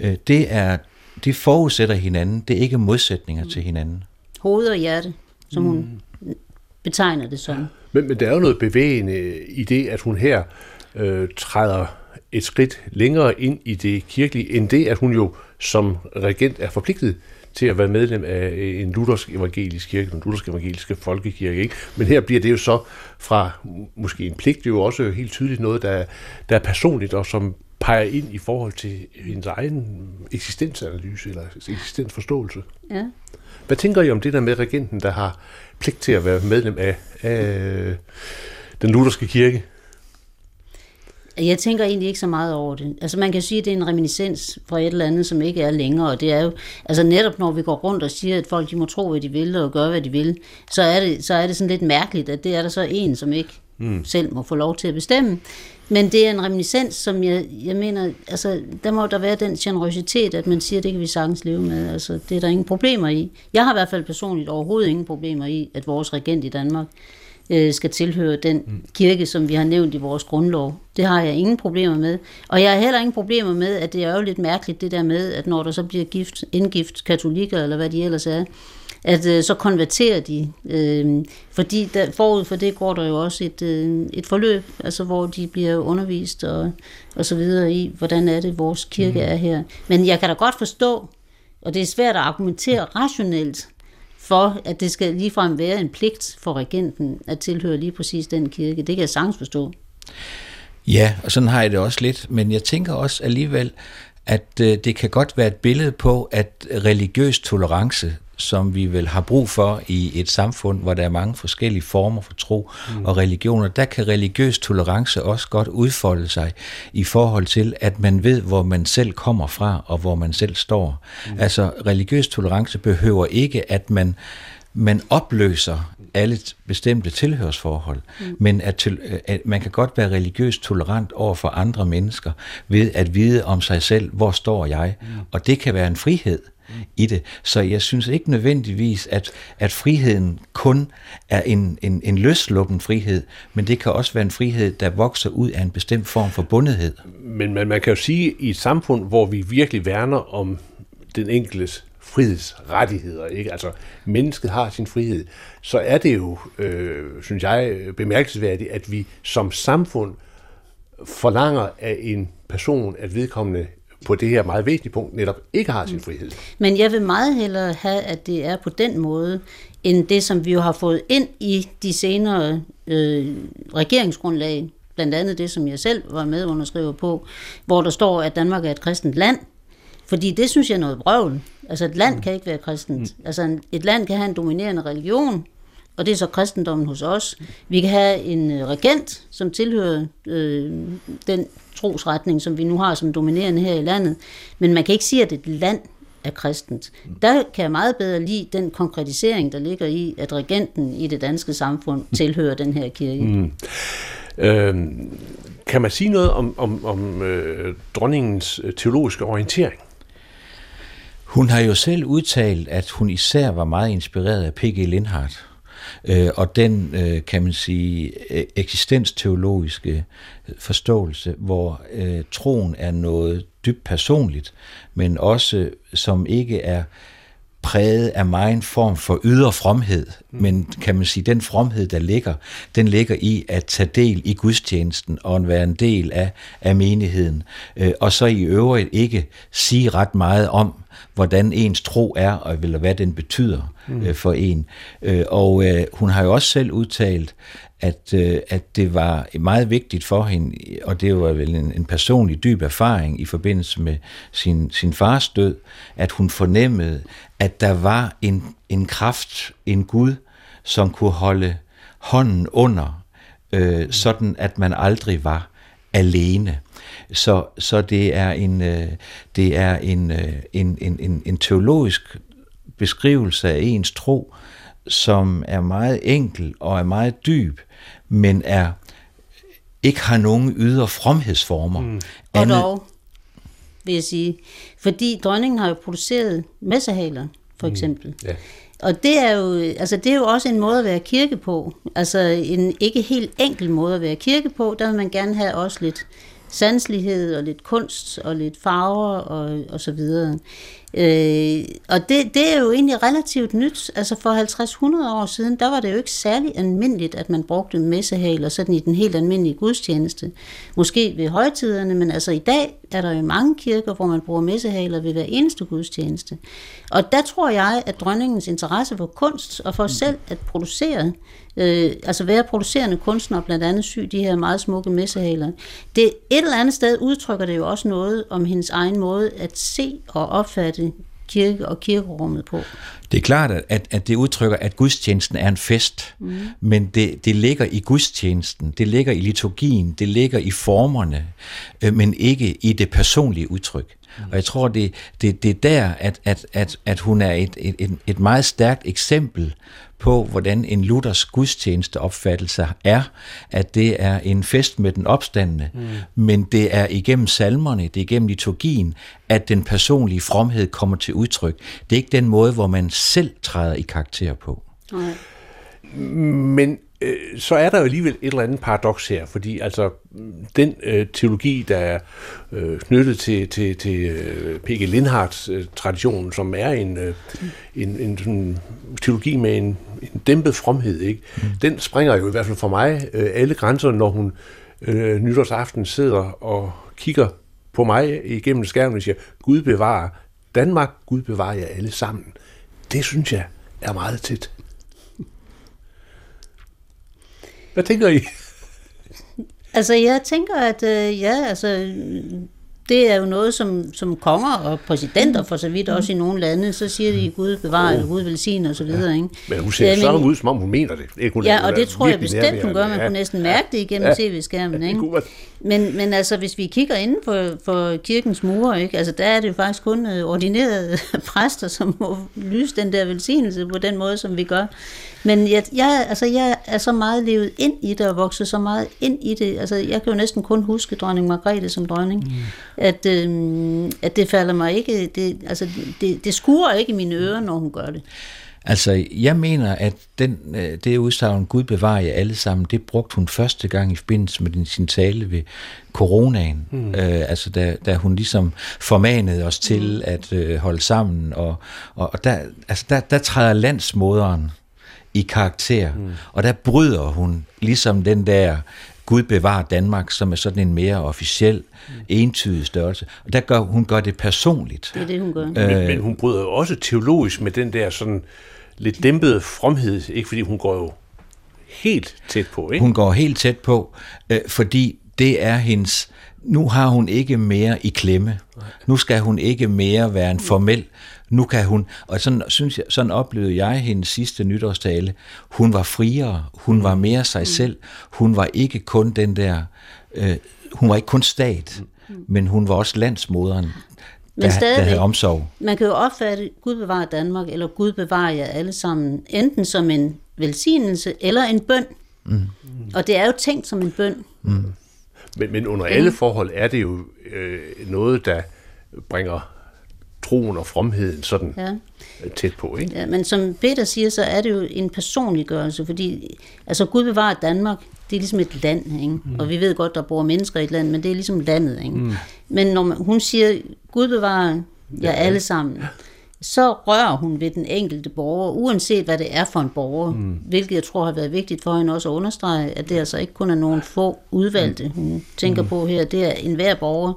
Det forudsætter hinanden, det er ikke modsætninger til hinanden. Hoved og hjerte, som hun betegner det som. Men der er jo noget bevægende i det, at hun her træder et skridt længere ind i det kirkelige, end det, at hun jo som regent er forpligtet til at være medlem af en luthersk evangelisk kirke, den luthersk evangeliske folkekirke. Ikke? Men her bliver det jo så fra måske en pligt, jo også helt tydeligt noget, der er personligt, og som peger ind i forhold til hendes egen eksistensanalyse eller eksistensforståelse. Ja. Hvad tænker I om det der med regenten, der har pligt til at være medlem af den lutherske kirke? Jeg tænker egentlig ikke så meget over det. Altså man kan sige, at det er en reminiscens fra et eller andet, som ikke er længere, og det er jo, altså netop når vi går rundt og siger, at folk de må tro, hvad de vil, og gøre, hvad de vil, så er det sådan lidt mærkeligt, at det er der så en, som ikke selv må få lov til at bestemme. Men det er en reminiscens, som jeg mener, altså der må der være den generøsitet, at man siger, at det kan vi sagtens leve med. Altså det er der ingen problemer i. Jeg har i hvert fald personligt overhovedet ingen problemer i, at vores regent i Danmark skal tilhøre den kirke, som vi har nævnt i vores grundlov. Det har jeg ingen problemer med. Og jeg har heller ingen problemer med, at det er jo lidt mærkeligt det der med, at når der så bliver indgift katolikker, eller hvad de ellers er, at så konverterer de. Fordi forud for det går der jo også et forløb, altså hvor de bliver undervist og så videre i, hvordan er det, vores kirke er her. Men jeg kan da godt forstå, og det er svært at argumentere rationelt, for at det skal ligefrem være en pligt for regenten at tilhøre lige præcis den kirke. Det kan jeg sagtens forstå. Ja, og sådan har jeg det også lidt, men jeg tænker også alligevel, at det kan godt være et billede på, at religiøs tolerance, som vi vel har brug for i et samfund, hvor der er mange forskellige former for tro og religioner, der kan religiøs tolerance også godt udfolde sig i forhold til, at man ved, hvor man selv kommer fra, og hvor man selv står. Altså, religiøs tolerance behøver ikke, at man opløser alle bestemte tilhørsforhold, men at man kan godt være religiøst tolerant over for andre mennesker ved at vide om sig selv, hvor står jeg, og det kan være en frihed i det. Så jeg synes ikke nødvendigvis, at friheden kun er en løsluppen frihed, men det kan også være en frihed, der vokser ud af en bestemt form for bundethed. Men man kan jo sige, i et samfund, hvor vi virkelig værner om den enkeltes frihedsrettigheder, ikke? Altså, mennesket har sin frihed, så er det jo, synes jeg, bemærkelsesværdigt, at vi som samfund forlanger af en person, at vedkommende på det her meget vigtige punkt netop ikke har sin frihed. Men jeg vil meget hellere have, at det er på den måde, end det, som vi jo har fået ind i de senere regeringsgrundlag, blandt andet det, som jeg selv var medunderskriver på, hvor der står, at Danmark er et kristent land. Fordi det synes jeg er noget vrøvl. Altså et land kan ikke være kristent. Altså et land kan have en dominerende religion, og det er så kristendommen hos os. Vi kan have en regent, som tilhører den trosretning, som vi nu har som dominerende her i landet. Men man kan ikke sige, at et land er kristent. Der kan jeg meget bedre lide den konkretisering, der ligger i, at regenten i det danske samfund tilhører den her kirke. Kan man sige noget om dronningens teologiske orientering? Hun har jo selv udtalt, at hun især var meget inspireret af P.G. Lindhardt. Og den, kan man sige, eksistensteologiske forståelse, hvor troen er noget dybt personligt, men også som ikke er præget af meget form for ydre fromhed, men kan man sige, den fromhed, der ligger, den ligger i at tage del i gudstjenesten og være en del af menigheden, og så i øvrigt ikke sige ret meget om, hvordan ens tro er, og hvad den betyder for en. Og hun har jo også selv udtalt, at det var meget vigtigt for hende, og det var vel en personlig dyb erfaring i forbindelse med sin fars død, at hun fornemmede, at der var en kraft, en Gud, som kunne holde hånden under, sådan at man aldrig var alene. Så det er en teologisk beskrivelse af ens tro, som er meget enkel og er meget dyb, men ikke har nogen ydre fromhedsformer. Og dog, vil jeg sige, fordi dronningen har jo produceret messehaler, for eksempel. Ja. Og det er jo også en måde at være kirke på. Altså en ikke helt enkel måde at være kirke på. Der vil man gerne have også lidt sanselighed og lidt kunst og lidt farver og så videre. Og det er jo egentlig relativt nyt. Altså for 50-100 år siden, der var det jo ikke særlig almindeligt, at man brugte messehaler sådan i den helt almindelige gudstjeneste. Måske ved højtiderne, men altså i dag er der jo mange kirker, hvor man bruger messehaler ved hver eneste gudstjeneste. Og der tror jeg, at dronningens interesse for kunst og for selv at producere, altså være producerende kunstner, blandt andet sy de her meget smukke messehaler, det et eller andet sted udtrykker det jo også noget om hendes egen måde at se og opfatte kirke og kirkerummet på. Det er klart, at det udtrykker, at gudstjenesten er en fest, men det ligger i gudstjenesten, det ligger i liturgien, det ligger i formerne, men ikke i det personlige udtryk. Og jeg tror, det er der, at hun er et meget stærkt eksempel på, hvordan en luthersk gudstjenesteopfattelse er, at det er en fest med den opstandne, men det er igennem salmerne, det er igennem liturgien, at den personlige fromhed kommer til udtryk. Det er ikke den måde, hvor man selv træder i karakter på. Nej. Men så er der jo alligevel et eller andet paradoks her, fordi altså den teologi, der er knyttet til P.G. Lindhardts tradition, som er en sådan teologi med en dæmpet fromhed, ikke? Den springer jo i hvert fald for mig alle grænser, når hun nytårsaften sidder og kigger på mig igennem skærmen og siger, Gud bevarer Danmark, Gud bevarer jer alle sammen. Det synes jeg er meget tæt. Hvad tænker I? Altså, jeg tænker, at det er jo noget, som konger og præsidenter, for så vidt også i nogle lande, så siger de, Gud bevarer, eller Gud velsigner, og så videre, ikke? Men hun ser sådan ud, som om hun mener det. Og det tror jeg bestemt, hun gør. Man kunne næsten mærke det igennem tv-skærmen, ikke? Men altså, hvis vi kigger inden for kirkens mure, ikke? Altså, der er det jo faktisk kun ordinerede præster, som må lyse den der velsignelse på den måde, som vi gør. Men jeg er så meget levet ind i det, og vokset så meget ind i det. Altså, jeg kan jo næsten kun huske dronning Margrethe som dronning. At det falder mig ikke... Det skurer ikke i mine ører, når hun gør det. Altså, jeg mener, at det udsagn, Gud bevarer jer alle sammen, det brugte hun første gang i forbindelse med sin tale ved coronaen. Da hun ligesom formanede os til at holde sammen. Og der træder landsmoderen i karakter, og der bryder hun ligesom den der Gud bevarer Danmark, som er sådan en mere officiel, entydig størrelse. Og der hun gør det personligt. Det er det, hun gør. Men hun bryder jo også teologisk med den der sådan lidt dæmpede fromhed, ikke? Fordi hun går jo helt tæt på, ikke? Hun går helt tæt på, fordi det er hendes... Nu har hun ikke mere i klemme. Nu skal hun ikke mere være en formel. Nu kan hun, og sådan oplevede jeg hendes sidste nytårstale. Hun var friere, hun var mere sig selv. Hun var ikke kun den der, hun var ikke kun stat, men hun var også landsmoderen, der havde omsorg. Man kan jo opfatte Gud bevarer Danmark, eller Gud bevarer jer alle sammen, enten som en velsignelse eller en bøn. Og det er jo tænkt som en bøn. Men under alle forhold er det jo noget, der bringer troen og fromheden sådan tæt på, ikke? Ja, men som Peter siger, så er det jo en personliggørelse, fordi altså Gud bevarer Danmark, det er ligesom et land, ikke? Og vi ved godt, der bor mennesker i et land, men det er ligesom landet, ikke? Men når hun siger, Gud bevarer jer alle sammen, så rører hun ved den enkelte borger, uanset hvad det er for en borger, hvilket jeg tror har været vigtigt for hende også at understrege, at det altså ikke kun er nogle få udvalgte, hun tænker på her, det er enhver borger,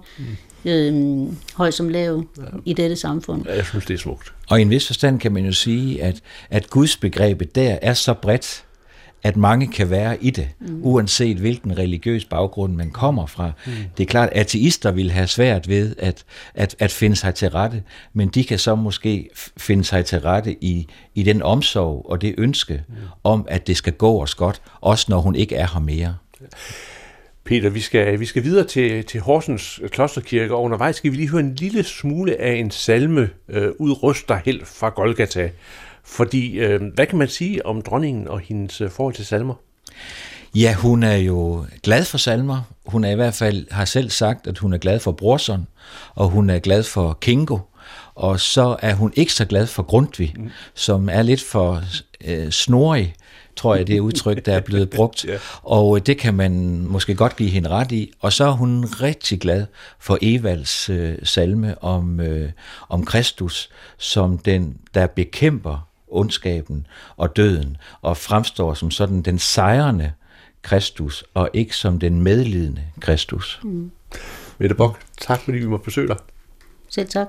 høj som lav i dette samfund. Ja, jeg synes, det er smukt. Og i en vis forstand kan man jo sige, at Guds begrebet der er så bredt, at mange kan være i det, uanset hvilken religiøs baggrund man kommer fra. Det er klart, at ateister vil have svært ved at finde sig til rette, men de kan så måske finde sig til rette i den omsorg og det ønske om, at det skal gå os godt, også når hun ikke er her mere. Peter, vi skal videre til Horsens Klosterkirke, og undervejs skal vi lige høre en lille smule af en salme, Udrust dig held fra Golgata. Fordi, hvad kan man sige om dronningen og hendes forhold til salmer? Ja, hun er jo glad for salmer. Hun er i hvert fald, har selv sagt, at hun er glad for Brorson, og hun er glad for Kingo. Og så er hun ikke så glad for Grundtvig, som er lidt for snorig, tror jeg, det er udtryk, der er blevet brugt. Og det kan man måske godt give hende ret i. Og så er hun rigtig glad for Evalds salme om Kristus, som den, der bekæmper ondskaben og døden, og fremstår som sådan den sejrende Kristus, og ikke som den medlidende Kristus. Mette Bock, tak fordi vi må besøge dig. Selv tak.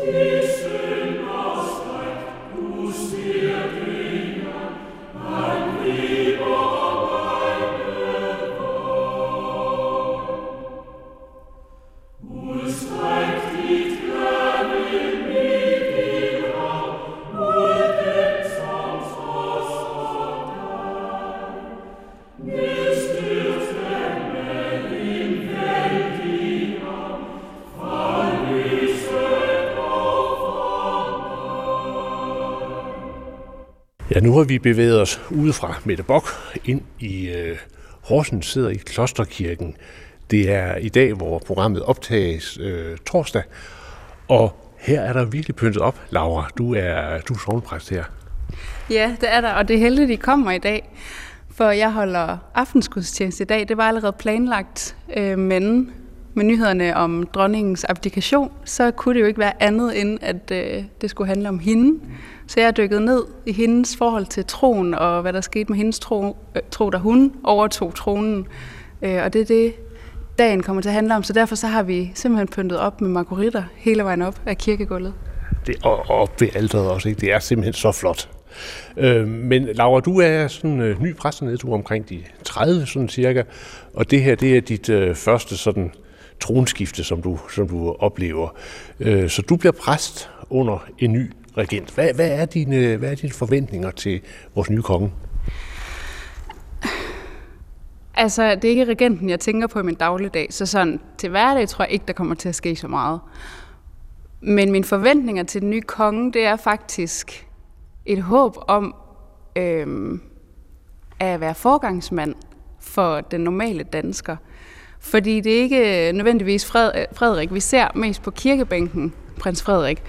Amen. Ja, nu har vi bevæget os ude fra Mette Bock ind i Horsens, sidder i Klosterkirken. Det er i dag, hvor programmet optages torsdag, og her er der virkelig pyntet op. Laura, du er sognepræst her. Ja, det er der, og det er heldigt, at I kommer i dag, for jeg holder aftensgudstjeneste i dag. Det var allerede planlagt, men med nyhederne om dronningens abdikation, så kunne det jo ikke være andet, end at det skulle handle om hende. Så jeg dykkede ned i hendes forhold til troen, og hvad der skete med hendes tro, da hun overtog tronen. Og det er det, dagen kommer til at handle om. Så derfor så har vi simpelthen pyntet op med marguritter hele vejen op af kirkegulvet. Og op ved alteret også, ikke? Det er simpelthen så flot. Men Laura, du er sådan ny præst nede, du er omkring de 30 sådan cirka, og det her, det er dit første sådan tronskifte, som du oplever. Så du bliver præst under en ny regent. Hvad er dine forventninger til vores nye konge? Altså, det er ikke regenten, jeg tænker på i min dagligdag, så sådan til hverdag tror jeg ikke, der kommer til at ske så meget. Men mine forventninger til den nye konge, det er faktisk et håb om at være forgangsmand for den normale dansker. Fordi det er ikke nødvendigvis Frederik. Vi ser mest på kirkebænken, prins Frederik.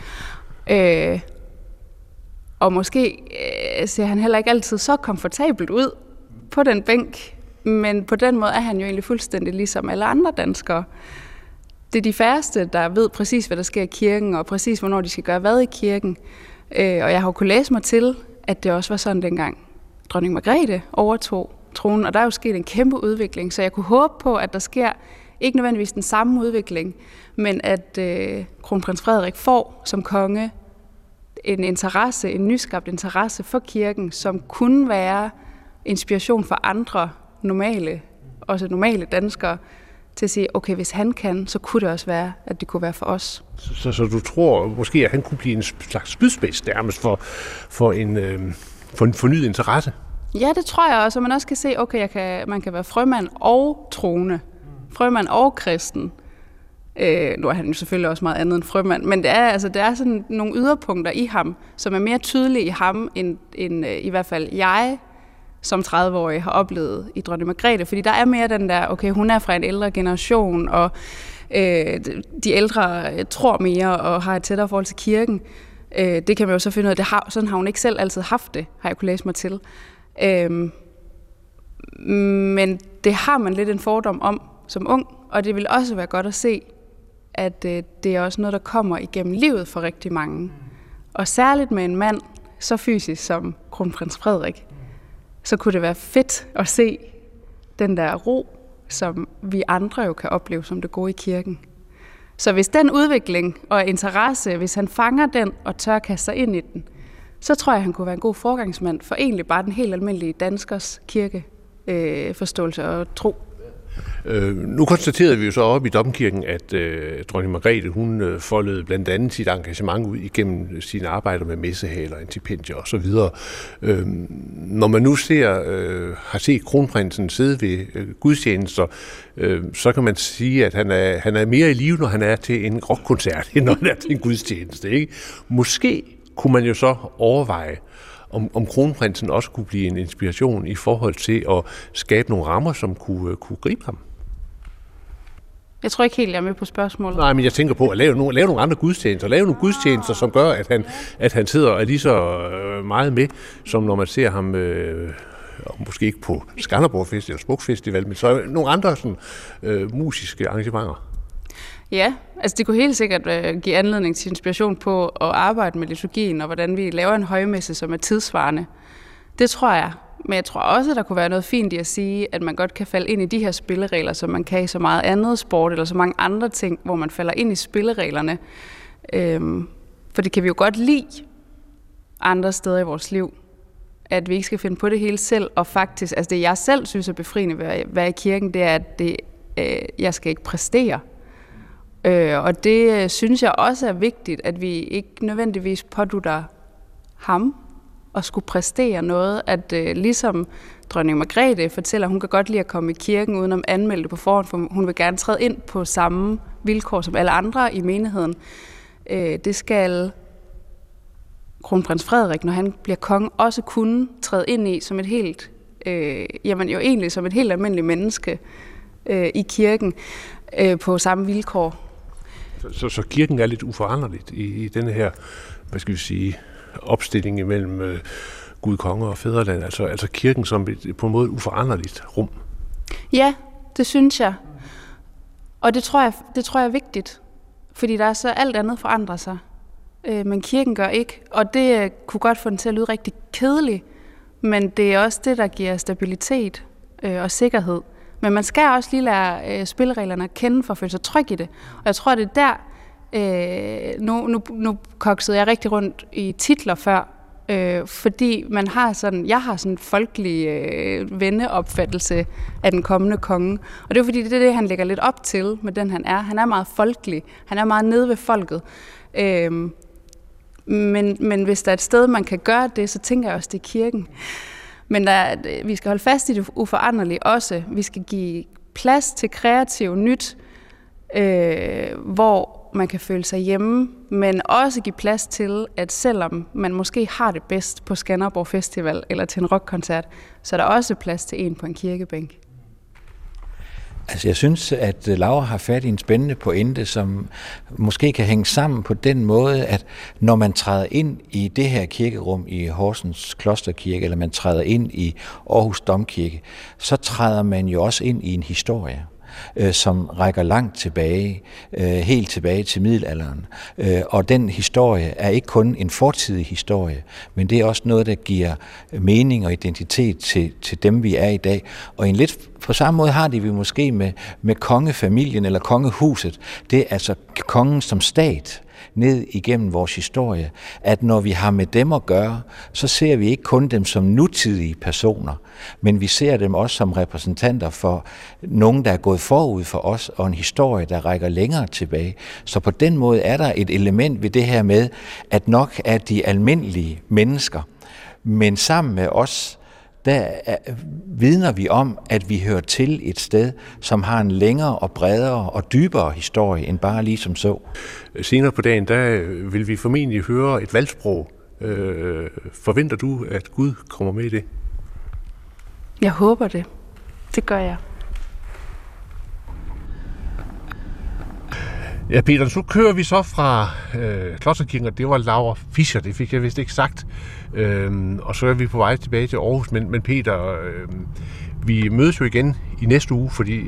Og måske ser han heller ikke altid så komfortabelt ud på den bænk. Men på den måde er han jo egentlig fuldstændig ligesom alle andre danskere. Det er de færreste, der ved præcis, hvad der sker i kirken, og præcis, hvornår de skal gøre hvad i kirken. Og jeg har jo kunnet læse mig til, at det også var sådan dengang dronning Margrethe overtog tronen, og der er jo sket en kæmpe udvikling, så jeg kunne håbe på, at der sker ikke nødvendigvis den samme udvikling, men at kronprins Frederik får som konge en nyskabt interesse for kirken, som kunne være inspiration for andre normale danskere, til at sige, okay, hvis han kan, så kunne det også være, at det kunne være for os. Så du tror måske, at han kunne blive en slags spydspids nærmest for en fornyet interesse? Ja, det tror jeg også, og man også kan se, okay, man kan være frømand og trone, frømand og kristen. Nu er han jo selvfølgelig også meget andet end frømand, men det er sådan nogle yderpunkter i ham, som er mere tydelige i ham, end i hvert fald jeg som 30-årig har oplevet i dronning Margrethe, fordi der er mere den der, okay, hun er fra en ældre generation, og de ældre tror mere og har et tættere forhold til kirken. Det kan man jo så finde ud af, sådan har hun ikke selv altid haft det, har jeg kunne læse mig til. Men det har man lidt en fordom om som ung, og det vil også være godt at se, at det er også noget, der kommer igennem livet for rigtig mange. Og særligt med en mand så fysisk som kronprins Frederik, så kunne det være fedt at se den der ro, som vi andre jo kan opleve som det gode i kirken. Så hvis den udvikling og interesse, hvis han fanger den og tør kaste sig ind i den, så tror jeg, han kunne være en god forgangsmand for egentlig bare den helt almindelige danskers kirkeforståelse og tro. Nu konstaterede vi jo så oppe i Domkirken, at dronning Margrethe, hun foldede blandt andet sit engagement ud igennem sine arbejder med messehaler, antipendier og så videre. Når man nu har set kronprinsen sidde ved gudstjenester, så kan man sige, at han er mere i live, når han er til en rockkoncert, end når han er til en gudstjeneste, ikke? Måske kunne man jo så overveje, om kronprinsen også kunne blive en inspiration i forhold til at skabe nogle rammer, som kunne gribe ham. Jeg tror ikke helt, jeg er med på spørgsmålet. Nej, men jeg tænker på at lave nogle andre gudstjenester. Lave nogle gudstjenester, som gør, at han sidder og er lige så meget med, som når man ser ham, måske ikke på Skanderborg Festival eller Smuk Festival, men så nogle andre sådan, musiske arrangementer. Ja, altså det kunne helt sikkert give anledning til inspiration på at arbejde med liturgien, og hvordan vi laver en højmesse, som er tidsvarende. Det tror jeg. Men jeg tror også, at der kunne være noget fint i at sige, at man godt kan falde ind i de her spilleregler, som man kan i så meget andet sport, eller så mange andre ting, hvor man falder ind i spillereglerne. For det kan vi jo godt lide andre steder i vores liv, at vi ikke skal finde på det hele selv, og faktisk, altså det jeg selv synes er befriende ved at være i kirken, det er, at jeg skal ikke præstere. Og det synes jeg også er vigtigt, at vi ikke nødvendigvis pådutter ham og skulle præstere noget, at ligesom dronning Margrethe fortæller, hun kan godt lide at komme i kirken uden at anmelde det på forhånd, for hun vil gerne træde ind på samme vilkår som alle andre i menigheden. Det skal kronprins Frederik, når han bliver konge, også kunne træde ind i som et helt, egentlig som et helt almindeligt menneske i kirken på samme vilkår. Så kirken er lidt uforanderligt i denne her, hvad skal vi sige, opstilling imellem Gud, konge og fædreland, altså kirken som på en måde uforanderligt rum. Ja, det synes jeg. Og det tror jeg er vigtigt, fordi der er så alt andet forandrer sig. Men kirken gør ikke, og det kunne godt få den til at lyde rigtig kedeligt, men det er også det, der giver stabilitet og sikkerhed. Men man skal også lige lære spillereglerne at kende for at føle sig tryg i det. Og jeg tror, det er der, nu koksede jeg rigtig rundt i titler før, fordi jeg har sådan en folkelig venneopfattelse af den kommende konge. Og det er fordi, det er det, han lægger lidt op til med den, han er. Han er meget folkelig. Han er meget nede ved folket. Men hvis der er et sted, man kan gøre det, så tænker jeg også, det er kirken. Men vi skal holde fast i det uforanderlige også. Vi skal give plads til kreativt nyt, hvor man kan føle sig hjemme, men også give plads til, at selvom man måske har det bedst på Skanderborg Festival eller til en rockkoncert, så er der også plads til en på en kirkebænk. Altså jeg synes, at Laura har fat i en spændende pointe, som måske kan hænge sammen på den måde, at når man træder ind i det her kirkerum i Horsens Klosterkirke, eller man træder ind i Aarhus Domkirke, så træder man jo også ind i en historie, som rækker langt tilbage, helt tilbage til middelalderen. Og den historie er ikke kun en fortidig historie, men det er også noget, der giver mening og identitet til dem, vi er i dag. Og en lidt på samme måde har det vi måske med kongefamilien eller kongehuset. Det er altså kongen som stat ned igennem vores historie, at når vi har med dem at gøre, så ser vi ikke kun dem som nutidige personer, men vi ser dem også som repræsentanter for nogen, der er gået forud for os, og en historie, der rækker længere tilbage. Så på den måde er der et element ved det her med, at nok er de almindelige mennesker, men sammen med os, der vidner vi om, at vi hører til et sted, som har en længere og bredere og dybere historie, end bare lige som så. Senere på dagen, der vil vi formentlig høre et valgsprog. Forventer du, at Gud kommer med i det? Jeg håber det. Det gør jeg. Ja, Peter, så kører vi så fra Klosterkirken, og det var Laura Fischer, det fik jeg vist ikke sagt. Og så er vi på vej tilbage til Aarhus, men Peter, vi mødes jo igen i næste uge, fordi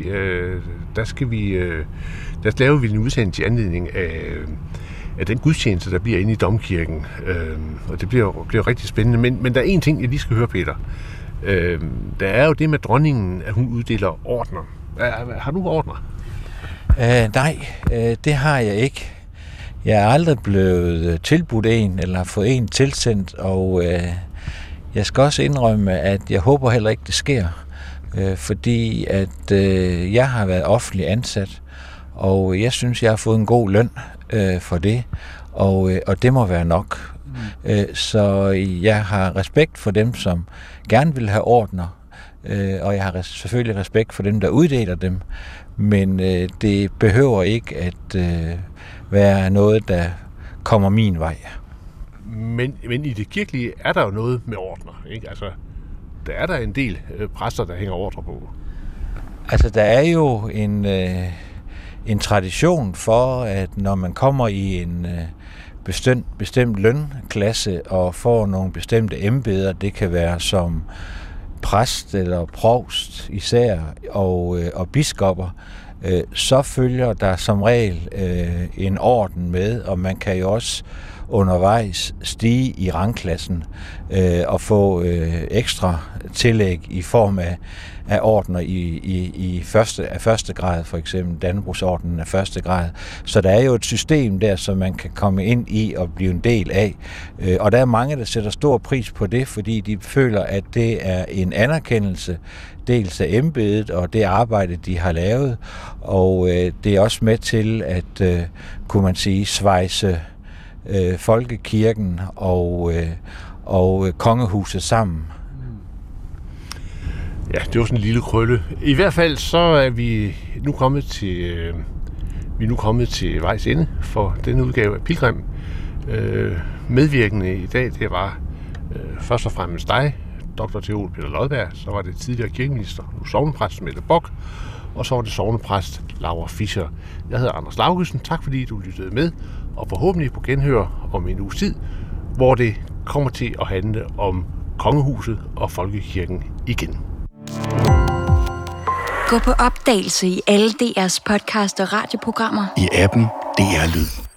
der laver vi en udsendelse i anledning af den gudstjeneste, der bliver inde i Domkirken. Og det bliver rigtig spændende. Men der er en ting, jeg lige skal høre, Peter. Der er jo det med dronningen, at hun uddeler ordner. Har du ordner? Nej, det har jeg ikke. Jeg er aldrig blevet tilbudt en, eller fået en tilsendt, og jeg skal også indrømme, at jeg håber heller ikke, det sker, fordi at jeg har været offentlig ansat, og jeg synes, jeg har fået en god løn for det, og det må være nok. Så jeg har respekt for dem, som gerne vil have ordner, og jeg har selvfølgelig respekt for dem, der uddeler dem, men det behøver ikke at være noget, der kommer min vej. Men i det kirkelige er der jo noget med ordner, ikke? Altså, der er der en del præster, der hænger ordre på. Altså, der er jo en tradition for, at når man kommer i en bestemt lønklasse og får nogle bestemte embeder, det kan være som præst eller provst især, og biskopper, så følger der som regel en orden med, og man kan jo også undervejs stige i rangklassen og få ekstra tillæg i form af ordner i første grad, for eksempel Dannebrogsordenen af første grad. Så der er jo et system der, som man kan komme ind i og blive en del af. Og der er mange, der sætter stor pris på det, fordi de føler, at det er en anerkendelse, dels af embedet og det arbejde, de har lavet. Og det er også med til at, kunne man sige, svejse folkekirken og kongehuset sammen. Ja, det var sådan en lille krølle. I hvert fald så er vi nu kommet til vejs ende for denne udgave af Pilgrim. Medvirkende i dag, det var først og fremmest dig, Dr. Theol Peter Lodberg, så var det tidligere kirkeminister, nu sognepræst Mette Bock, og så var det sognepræst Laura Fischer. Jeg hedder Anders Laugesen. Tak fordi du lyttede med, og forhåbentlig på genhør om en uges tid, hvor det kommer til at handle om kongehuset og folkekirken igen. Gå på opdagelse i alle DR's podcast og radioprogrammer. I appen DR Lyd.